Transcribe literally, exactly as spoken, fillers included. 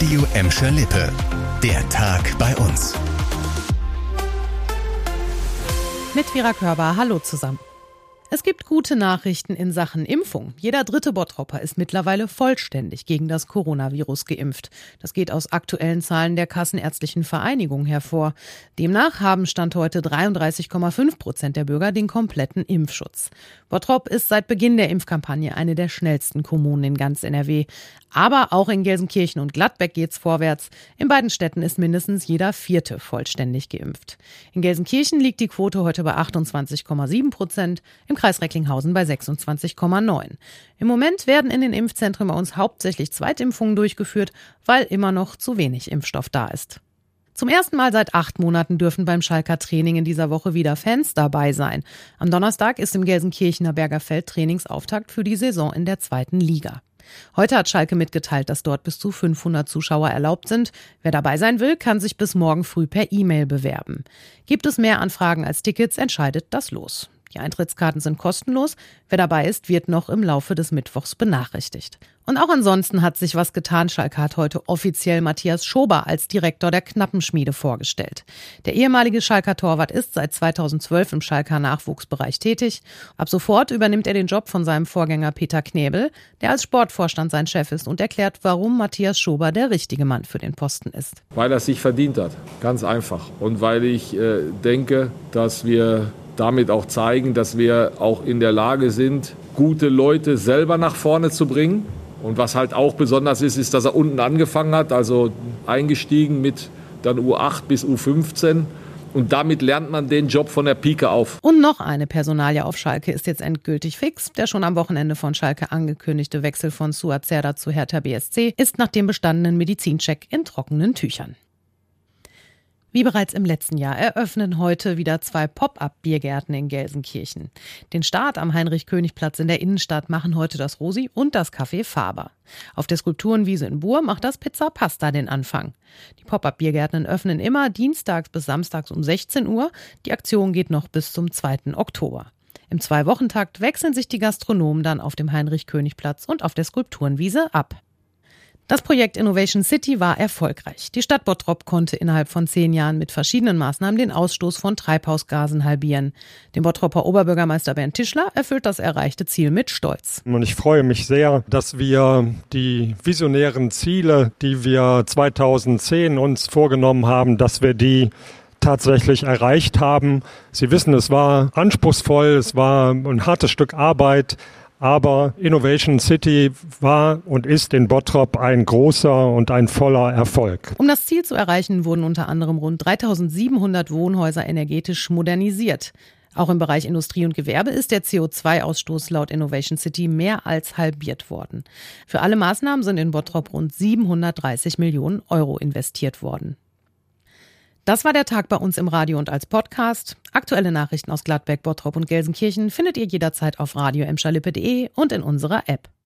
Radio Emscher Lippe. Der Tag bei uns. Mit Vera Körber, hallo zusammen. Es gibt gute Nachrichten in Sachen Impfung. Jeder dritte Bottropper ist mittlerweile vollständig gegen das Coronavirus geimpft. Das geht aus aktuellen Zahlen der Kassenärztlichen Vereinigung hervor. Demnach haben Stand heute dreiunddreißig Komma fünf Prozent der Bürger den kompletten Impfschutz. Bottrop ist seit Beginn der Impfkampagne eine der schnellsten Kommunen in ganz N R W. Aber auch in Gelsenkirchen und Gladbeck geht's vorwärts. In beiden Städten ist mindestens jeder Vierte vollständig geimpft. In Gelsenkirchen liegt die Quote heute bei achtundzwanzig Komma sieben Prozent, im Kreis Recklinghausen bei sechsundzwanzig Komma neun. Im Moment werden in den Impfzentren bei uns hauptsächlich Zweitimpfungen durchgeführt, weil immer noch zu wenig Impfstoff da ist. Zum ersten Mal seit acht Monaten dürfen beim Schalker Training in dieser Woche wieder Fans dabei sein. Am Donnerstag ist im Gelsenkirchener Bergerfeld Trainingsauftakt für die Saison in der zweiten Liga. Heute hat Schalke mitgeteilt, dass dort bis zu fünfhundert Zuschauer erlaubt sind. Wer dabei sein will, kann sich bis morgen früh per E-Mail bewerben. Gibt es mehr Anfragen als Tickets, entscheidet das Los. Die Eintrittskarten sind kostenlos. Wer dabei ist, wird noch im Laufe des Mittwochs benachrichtigt. Und auch ansonsten hat sich was getan. Schalke hat heute offiziell Matthias Schober als Direktor der Knappenschmiede vorgestellt. Der ehemalige Schalker Torwart ist seit zweitausendzwölf im Schalker Nachwuchsbereich tätig. Ab sofort übernimmt er den Job von seinem Vorgänger Peter Knebel, der als Sportvorstand sein Chef ist, und erklärt, warum Matthias Schober der richtige Mann für den Posten ist. Weil er es sich verdient hat, ganz einfach. Und weil ich äh, denke, dass wir damit auch zeigen, dass wir auch in der Lage sind, gute Leute selber nach vorne zu bringen. Und was halt auch besonders ist, ist, dass er unten angefangen hat, also eingestiegen mit dann U acht bis U fünfzehn. Und damit lernt man den Job von der Pike auf. Und noch eine Personalie auf Schalke ist jetzt endgültig fix. Der schon am Wochenende von Schalke angekündigte Wechsel von Suat Serdar zu Hertha B S C ist nach dem bestandenen Medizincheck in trockenen Tüchern. Wie bereits im letzten Jahr eröffnen heute wieder zwei Pop-up-Biergärten in Gelsenkirchen. Den Start am Heinrich-König-Platz in der Innenstadt machen heute das Rosi und das Café Faber. Auf der Skulpturenwiese in Buhr macht das Pizza Pasta den Anfang. Die Pop-up-Biergärten öffnen immer dienstags bis samstags um sechzehn Uhr. Die Aktion geht noch bis zum zweiten Oktober. Im Zwei-Wochen-Takt wechseln sich die Gastronomen dann auf dem Heinrich-König-Platz und auf der Skulpturenwiese ab. Das Projekt Innovation City war erfolgreich. Die Stadt Bottrop konnte innerhalb von zehn Jahren mit verschiedenen Maßnahmen den Ausstoß von Treibhausgasen halbieren. Dem Bottroper Oberbürgermeister Bernd Tischler erfüllt das erreichte Ziel mit Stolz. Und ich freue mich sehr, dass wir die visionären Ziele, die wir zweitausendzehn uns vorgenommen haben, dass wir die tatsächlich erreicht haben. Sie wissen, es war anspruchsvoll, es war ein hartes Stück Arbeit. Aber Innovation City war und ist in Bottrop ein großer und ein voller Erfolg. Um das Ziel zu erreichen, wurden unter anderem rund dreitausendsiebenhundert Wohnhäuser energetisch modernisiert. Auch im Bereich Industrie und Gewerbe ist der C O zwei Ausstoß laut Innovation City mehr als halbiert worden. Für alle Maßnahmen sind in Bottrop rund siebenhundertdreißig Millionen Euro investiert worden. Das war der Tag bei uns im Radio und als Podcast. Aktuelle Nachrichten aus Gladbeck, Bottrop und Gelsenkirchen findet ihr jederzeit auf radio emscher lippe punkt de und in unserer App.